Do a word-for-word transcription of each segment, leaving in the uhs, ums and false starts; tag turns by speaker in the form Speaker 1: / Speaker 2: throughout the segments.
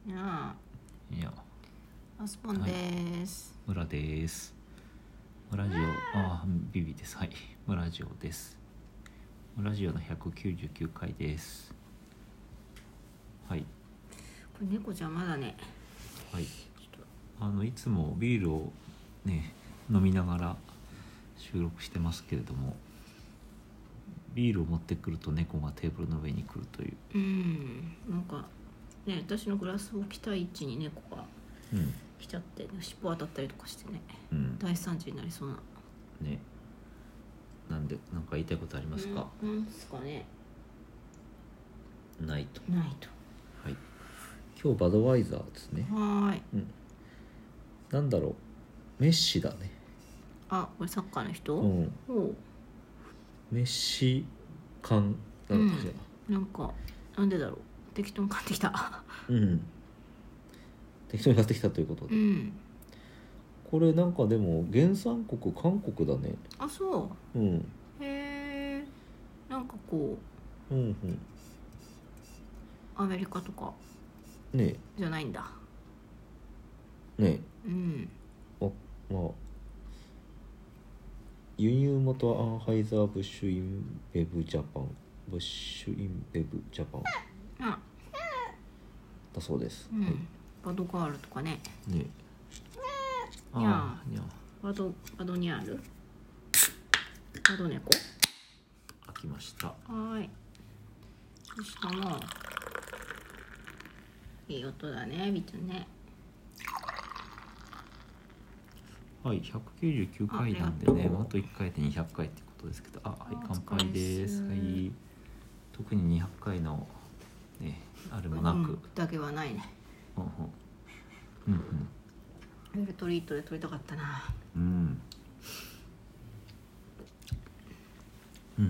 Speaker 1: いや
Speaker 2: いや
Speaker 1: アスポンです、
Speaker 2: はい、村です。村ジオ、ああビビです。はい、村ジオです。村ジオのひゃくきゅうじゅうきゅうかいです。はい。
Speaker 1: これ猫ちゃんまだね。
Speaker 2: はい。あのいつもビールをね飲みながら収録してますけれども、ビールを持ってくると猫がテーブルの上に来るという。
Speaker 1: うん。なんかね、私のグラスを置きたい位置に猫が来ちゃって、ね、尻尾当たったりとかしてね、うん、大惨事になりそうな。
Speaker 2: ね。なんでなんか言いたいことありますか？
Speaker 1: うん、なんですかね。
Speaker 2: ないと。
Speaker 1: ないと。
Speaker 2: はい。今日バドワイザーですね。
Speaker 1: はい。
Speaker 2: うん。なんだろう。メッシだね。
Speaker 1: あ、これサッカーの人？
Speaker 2: うん。
Speaker 1: お
Speaker 2: メッシ感なのかしら、
Speaker 1: うん、なんかなんでだろう。適当に買ってきた。
Speaker 2: うん。適当に買ってきたということで。
Speaker 1: うん。
Speaker 2: これなんかでも原産国韓国だね。
Speaker 1: あ、そう。
Speaker 2: うん。
Speaker 1: へえ。なんかこ
Speaker 2: う。うんうん。
Speaker 1: アメリカとか
Speaker 2: ね
Speaker 1: じゃないんだ。
Speaker 2: ね
Speaker 1: うん。
Speaker 2: あ、まあ輸入元はアンハイザーブッシュインベブジャパンブッシュインベブジャパン
Speaker 1: あ、
Speaker 2: だそうです。
Speaker 1: うん、
Speaker 2: はい、
Speaker 1: バドガールとかね。
Speaker 2: ね
Speaker 1: にゃ
Speaker 2: あーにゃ
Speaker 1: バドバドニャールバド猫
Speaker 2: 開きました。
Speaker 1: はーい。そしたらいい音だね、ビちゃんね。
Speaker 2: はい、ひゃくきゅうじゅうきゅうかいなんでね、あ, あといっかいでにひゃっかいってことですけど、あ、はい、乾杯です。はい、特ににひゃっかいのね、あれもなく、うん、
Speaker 1: だけはないね。
Speaker 2: うんうん
Speaker 1: ウェルトリートで取りたかったな。
Speaker 2: うんうんうんうん。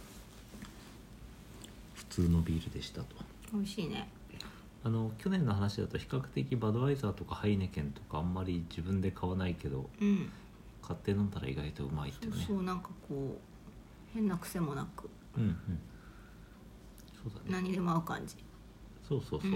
Speaker 2: 普通のビールでしたと。
Speaker 1: 美味しいね。
Speaker 2: あの去年の話だと比較的バドワイザーとかハイネケンとかあんまり自分で買わないけど、
Speaker 1: うん、
Speaker 2: 買って飲んだら意外とうまいっていうね。
Speaker 1: そうそう、なんかこう変な癖もなく、
Speaker 2: うんうん、そうだね、
Speaker 1: 何でも合う感じ。
Speaker 2: そうそうそう、
Speaker 1: うんうん、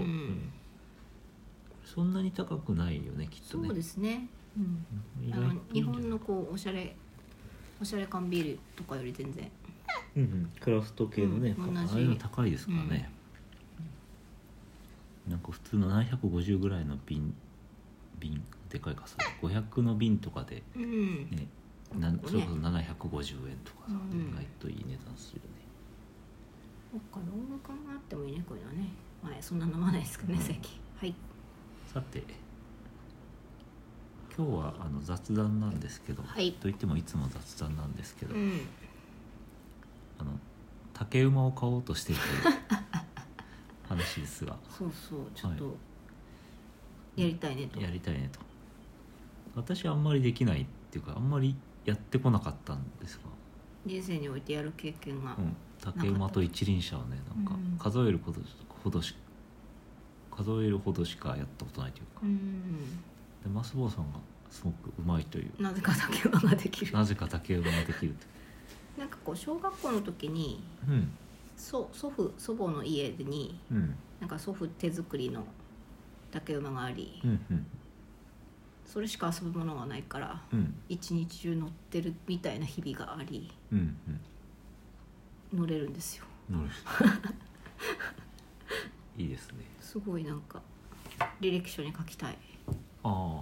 Speaker 2: そんなに高くないよねきっとね。
Speaker 1: そうですね、うん、あの日本のこうおしゃれおしゃれ缶ビールとかより全然、
Speaker 2: うんうん、クラフト系のね、うん、ああいうの高いですからね、うん、なんか普通のななひゃくごじゅうぐらいの瓶瓶でかいかさごひゃくの瓶とかで、ね、うん、なんそれこそななひゃくごじゅうえんとかさ、うん、意外といい値段するよね。
Speaker 1: そっか、ローム缶があってもいいね、こういうのね。まあそんな飲まないですけどね、うん、最近。はい。
Speaker 2: さて今日はあの雑談なんですけど、はい、といってもいつも雑談なんですけど、うん、あの竹馬を買おうとしているという話ですが
Speaker 1: そうそうちょっとやりたいねと、
Speaker 2: はい、やりたいねと。私はあんまりできないっていうかあんまりやってこなかったんですが、
Speaker 1: 人生においてやる経験が、
Speaker 2: うん、竹馬と一輪車をねなんか数えるほど、ほどし数えるほどしかやったことないというか、うん、でマスボウさんがすごくうまいという、
Speaker 1: なぜか竹馬ができる
Speaker 2: なぜか竹馬ができると
Speaker 1: なんかこう小学校の時に、うん、そ祖父祖母の家に、うん、なんか祖父手作りの竹馬があり、うんうん、それしか遊ぶものがないから、うん、一日中乗ってるみたいな日々があり、うんうん、乗れるんですよ。乗れる
Speaker 2: いいですね。
Speaker 1: すごいなんか履歴書に書きたい。
Speaker 2: ああ、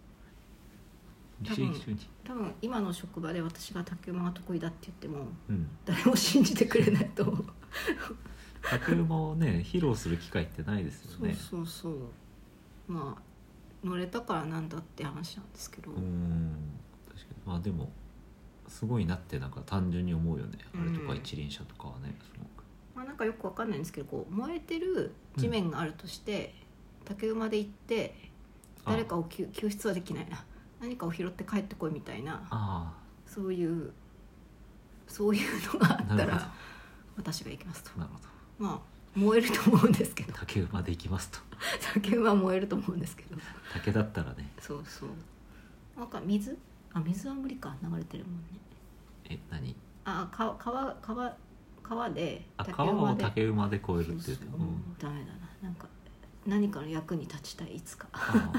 Speaker 1: 履歴書に多分今の職場で私が竹馬が得意だって言っても、うん、誰も信じてくれないと思う
Speaker 2: 竹馬をね披露する機会ってないですよね。
Speaker 1: そうそうそう、まあ乗れたからなんだって話なんですけど、うー
Speaker 2: ん、確かに。まあでもすごいなってなんか単純に思うよね、あれとか一輪車とかはね、すごく、
Speaker 1: まあ、なんかよくわかんないんですけど、こう燃えてる地面があるとして、うん、竹馬で行って誰かを救出はできないな、何かを拾って帰ってこいみたいな、あ、そういうそういうのがあったら私が行きますと。
Speaker 2: なるほ
Speaker 1: ど。まあ燃えると思うんですけど、
Speaker 2: 竹馬で行きますと
Speaker 1: 竹馬は燃えると思うんですけど、
Speaker 2: 竹だったらね。
Speaker 1: そうそう、なんか水あ水は無理か、流れてるもんね。
Speaker 2: え、何？
Speaker 1: あ、川川川川で
Speaker 2: 竹馬で、あ、川を竹馬で越えるっていう、
Speaker 1: そうそう、うん、ダメだな、なんか何かの役に立ちたいいつか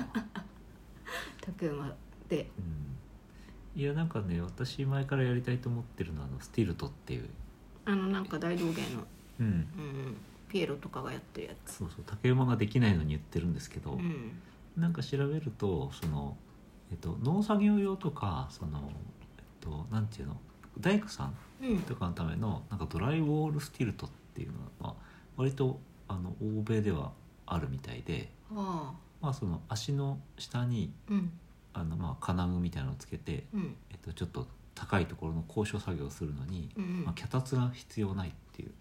Speaker 1: 竹馬で、
Speaker 2: うん、いやなんかね私前からやりたいと思ってるのはあのスティルトっていう
Speaker 1: あのなんか大道芸の、
Speaker 2: うんうん、
Speaker 1: ピエロとかがやってるやつ。
Speaker 2: そうそう竹馬ができないのに言ってるんですけど、
Speaker 1: うん、
Speaker 2: なんか調べるとその、えっと、農作業用とかその、えっと、なんていうの大工さんとかのためのなんかドライウォールスティルトっていうのは、まあ、割とあの欧米ではあるみたいで、
Speaker 1: あ
Speaker 2: まあ、その足の下に、
Speaker 1: うん、
Speaker 2: あのまあ金具みたいなのをつけて、
Speaker 1: うん
Speaker 2: えっと、ちょっと高いところの高所作業をするのに、
Speaker 1: うん
Speaker 2: まあ、脚立が必要ないっていう、
Speaker 1: うん、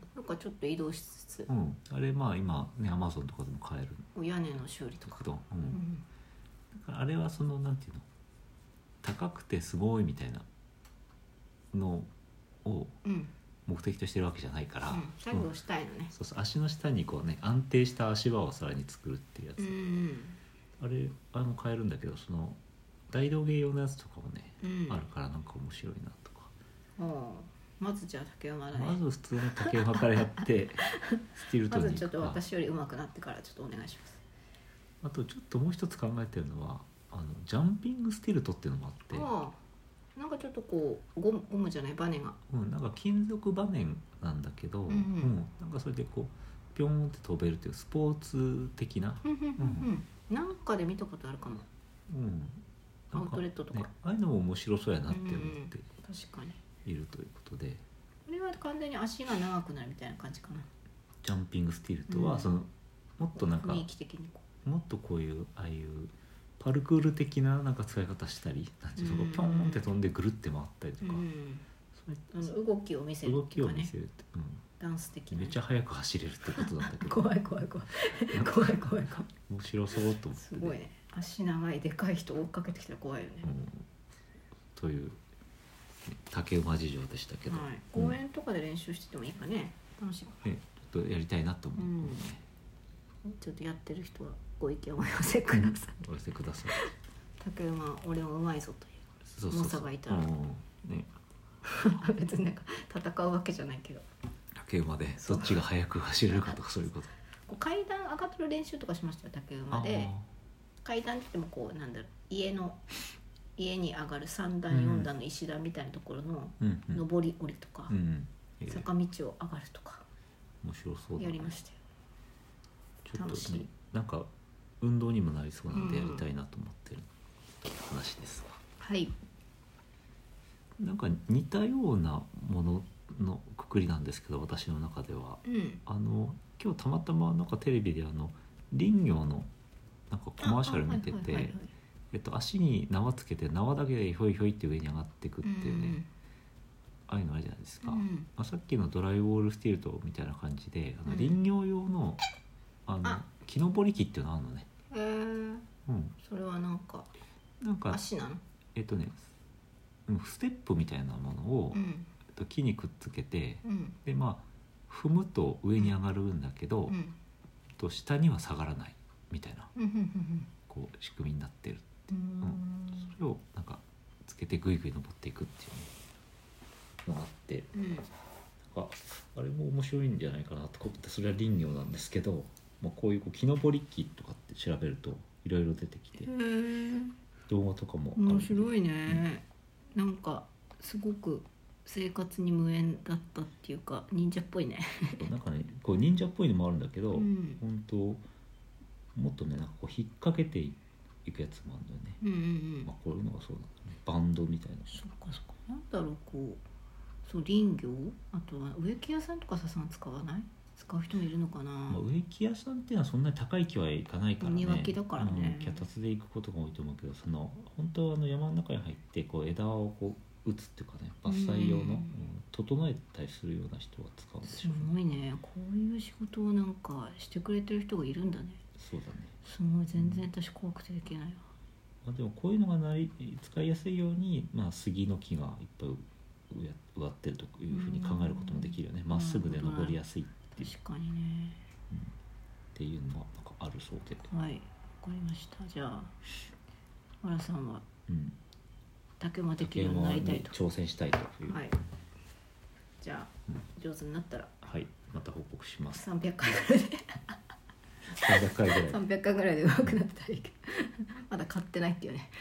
Speaker 1: なんかちょっと移動しつつ、
Speaker 2: うん、あれまあ今ねアマゾンとかでも買える
Speaker 1: 屋根の修理とか
Speaker 2: けど、うん
Speaker 1: うん、
Speaker 2: だからあれはそのなんていうの高くてすごいみたいなのを目的としてるわけじゃないから、
Speaker 1: うん、作業したいのね、
Speaker 2: うん、そうそう足の下にこうね安定した足場をさらに作るっていうやつ、
Speaker 1: うん、
Speaker 2: あれあれも買えるんだけどその大道芸用のやつとかもね、
Speaker 1: うん、
Speaker 2: あるからなんか面白いなとか、
Speaker 1: まずじゃあ竹馬だね。
Speaker 2: まず普通の竹馬からやってスティルトに
Speaker 1: まずちょっと私より上手くなってからちょっとお願いします。
Speaker 2: あとちょっともう一つ考えてるのはあのジャンピングスティルトっていうのもあって、
Speaker 1: ああ、なんかちょっとこうゴム、ゴムじゃないバネが、
Speaker 2: うん、なんか金属バネなんだけど、
Speaker 1: うんうん
Speaker 2: うん、なんかそれでこうピョンって飛べるっていうスポーツ的な、
Speaker 1: うんうんうんうん、なんかで見たことあるかも、
Speaker 2: うん、
Speaker 1: アウトレットとか、
Speaker 2: ね、ああいうのも面白そうやなって思って
Speaker 1: うん、確かに
Speaker 2: いるということで、
Speaker 1: これは完全に足が長くなるみたいな感じかな。
Speaker 2: ジャンピングスティルトは、
Speaker 1: うん、
Speaker 2: そのもっとなんか
Speaker 1: 雰囲気的にこ
Speaker 2: もっとこういうああいうパルクール的ななんか使い方したりなんていうの、
Speaker 1: うん、
Speaker 2: ピョンって飛んでぐるって回ったりとか、
Speaker 1: うん、
Speaker 2: そ
Speaker 1: あの動きを見せる
Speaker 2: 動
Speaker 1: っていうかね、
Speaker 2: きを見せるって、うん、
Speaker 1: ダンス的な、
Speaker 2: めっちゃ速く走れるってことなんだけど
Speaker 1: 怖い怖い怖い怖い怖い怖い
Speaker 2: 面白そうと思って、ね、
Speaker 1: すごいね、足長いでかい人追っかけてきたら怖いよね、
Speaker 2: うん、という竹馬事情でしたけど、
Speaker 1: はい、公園とかで練習しててもいいかね、楽しい、
Speaker 2: ね、ちょっとやりたいなと思う、
Speaker 1: うん
Speaker 2: ね、
Speaker 1: ちょっとやってる人はご意見をお寄せください、うん、
Speaker 2: お寄せください。
Speaker 1: 竹馬俺もうまいぞという猛者がいたら、うん
Speaker 2: ね、
Speaker 1: 別になんか戦うわけじゃないけど、
Speaker 2: 竹馬でどっちが速く走れるかとかそういうこと。
Speaker 1: こう階段上がってる練習とかしましたよ竹馬で。階段って言ってもこうなんだろう、家の家に上がるさんだんよんだんの石段みたいなところの上り下りとか、うんうんえー、坂道を上がるとか
Speaker 2: 面白そうだ、ね、
Speaker 1: やりましたよ。
Speaker 2: ちょっとね、なんか運動にもなりそうなんでやりたいなと思ってる話ですわ、
Speaker 1: うん、はい。
Speaker 2: なんか似たようなもののくくりなんですけど私の中では、
Speaker 1: うん、
Speaker 2: あの今日たまたまなんかテレビであの林業のなんかコマーシャル見てて、えっと、足に縄つけて縄だけでひょいひょいって上に上がっていくっていうね、うん、ああいうのあるじゃないですか、うんまあ、さっきのドライウォールスティルトみたいな感じであの林業用の、あのあ木登り機っていうのあるのね。
Speaker 1: へー、うん、それはなんか
Speaker 2: なんか
Speaker 1: 足なの？
Speaker 2: えっとねステップみたいなものを、うんえっと、木にくっつけて、うん、でまあ踏むと上に上がるんだけど、うん、と下には下がらないみたいな、うん、こう仕組みになってるって、うん、それをなんかつけてグイグイ登っていくっていうのがあって、うん、なんかあれも面白いんじゃないかなと思って、それは林業なんですけど、まあ、こういうこう木登り機とかって調べるといろいろ出てきて動画とかもある。
Speaker 1: 面白いね、うん、なんかすごく生活に無縁だったっていうか忍者っぽいね
Speaker 2: なんかねこう忍者っぽいのもあるんだけど、うん、本当もっとねなんかこう引っ掛けていくやつもあるんだよね、うんうんうんまあ、こういうのがそうなんだね、バンドみたいな。
Speaker 1: そっかそっか、なんだろうこうそう林業、あとは植木屋さんとかささん使わない？使う人もいるのかな、
Speaker 2: まあ、植木屋さんっていうのはそんなに高い木はいかないからね、
Speaker 1: 庭木だからね、
Speaker 2: うん、脚立で行くことが多いと思うけど、その本当はあの山の中に入ってこう枝をこう打つっていうかね、伐採用の、うんうん、整えたりするような人が使うんでしょう、ね、
Speaker 1: すごいね、こういう仕事をなんかしてくれてる人がいるんだね。
Speaker 2: そうだね、す
Speaker 1: ごい、全然私怖くてできないわ、
Speaker 2: まあ、でもこういうのがなり使いやすいように、まあ、杉の木がいっぱい植わってるというふうに考えることもできるよね。まっすぐで登りやすいっていう、
Speaker 1: 確かにね、
Speaker 2: うん、っていうのはなんかあるそうで、
Speaker 1: はい、わかりました。じゃあマラさんは、うん、竹馬できるようになりたいと、
Speaker 2: 挑戦したいという、
Speaker 1: はい、じゃあ、うん、上手になったら、
Speaker 2: はい、また報告します。
Speaker 1: さんびゃっかいぐらいで
Speaker 2: さんびゃっかいぐらい
Speaker 1: さんびゃっかいぐらいで上手くなったらいいけどまだ買ってないっていうね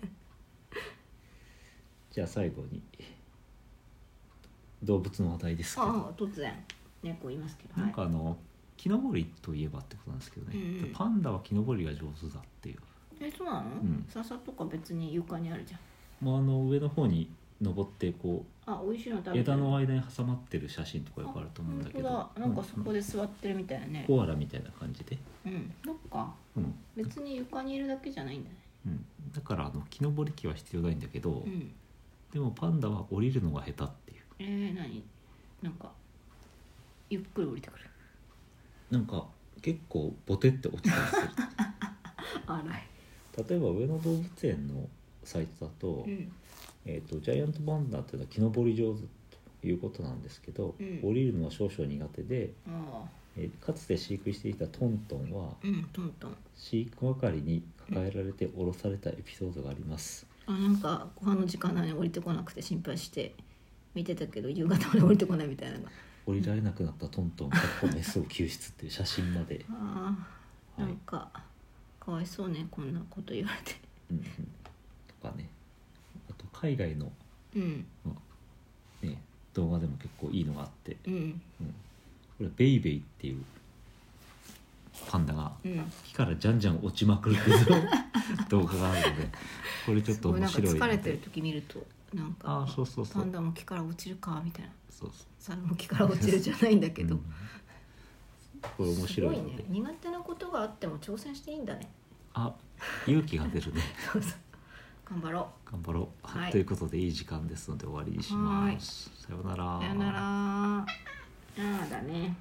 Speaker 2: じゃあ最後に動物の話題ですけど、
Speaker 1: ああ突然猫いますけど、
Speaker 2: なんかあの、はい、木登りといえばってことなんですけどね、うんうん、パンダは木登りが上手だっていう。
Speaker 1: えそうなの、うん、笹とか別に床にあるじゃん。
Speaker 2: もうあの上の方に登ってこう
Speaker 1: あ美味しいの食べてる
Speaker 2: 枝の間に挟まってる写真とかよくあると思うんだけど、
Speaker 1: 本当だなんかそこで座ってるみたいなね、
Speaker 2: コアラみたいな感じで、
Speaker 1: うんそっか、うん、別に床にいるだけじゃないんだね、
Speaker 2: うん、だからあの木登り機は必要ないんだけど、
Speaker 1: うん、
Speaker 2: でもパンダは降りるのが下手っていう。
Speaker 1: えー、何なんかゆっくり降りてくる。
Speaker 2: なんか結構ボテって落ちたりする
Speaker 1: 荒い。
Speaker 2: 例えば上野動物園のサイトだと、うん、えーと、ジャイアントパンダっていうのは木登り上手ということなんですけど、うん、降りるのは少々苦手で、えー、かつて飼育していたトントンは、
Speaker 1: うん、トントン
Speaker 2: 飼育係に抱えられて降ろされたエピソードがあります、
Speaker 1: うん、あなんかご飯の時間なのに降りてこなくて心配して見てたけど夕方まで降りてこないみたいなのが
Speaker 2: 降りられなくなったトントン、かっこメスを救出っていう写真まで
Speaker 1: ああ、はい、なんかかわいそうねこんなこと言われて、
Speaker 2: うんうん、とかね、あと海外の、
Speaker 1: うん
Speaker 2: ね、動画でも結構いいのがあって、
Speaker 1: うんうん、
Speaker 2: これベイベイっていうパンダが木からじゃんじゃん落ちまくるっていう動画があるので、これちょっと面白いので、
Speaker 1: なんか疲れてる時見るとなんか
Speaker 2: あそうそうそう
Speaker 1: パンダも木から落ちるかみたいな、
Speaker 2: そうそう
Speaker 1: 猿も木から落ちるじゃないんだけど、うん、
Speaker 2: これ面白いので、
Speaker 1: すごいね、苦手なことがあっても挑戦していいんだね。
Speaker 2: あ勇気が出るね
Speaker 1: そうそう頑張ろ
Speaker 2: う頑張ろう、
Speaker 1: はい、
Speaker 2: ということでいい時間ですので終わりにします。さようなら。
Speaker 1: さようなら。ああだね。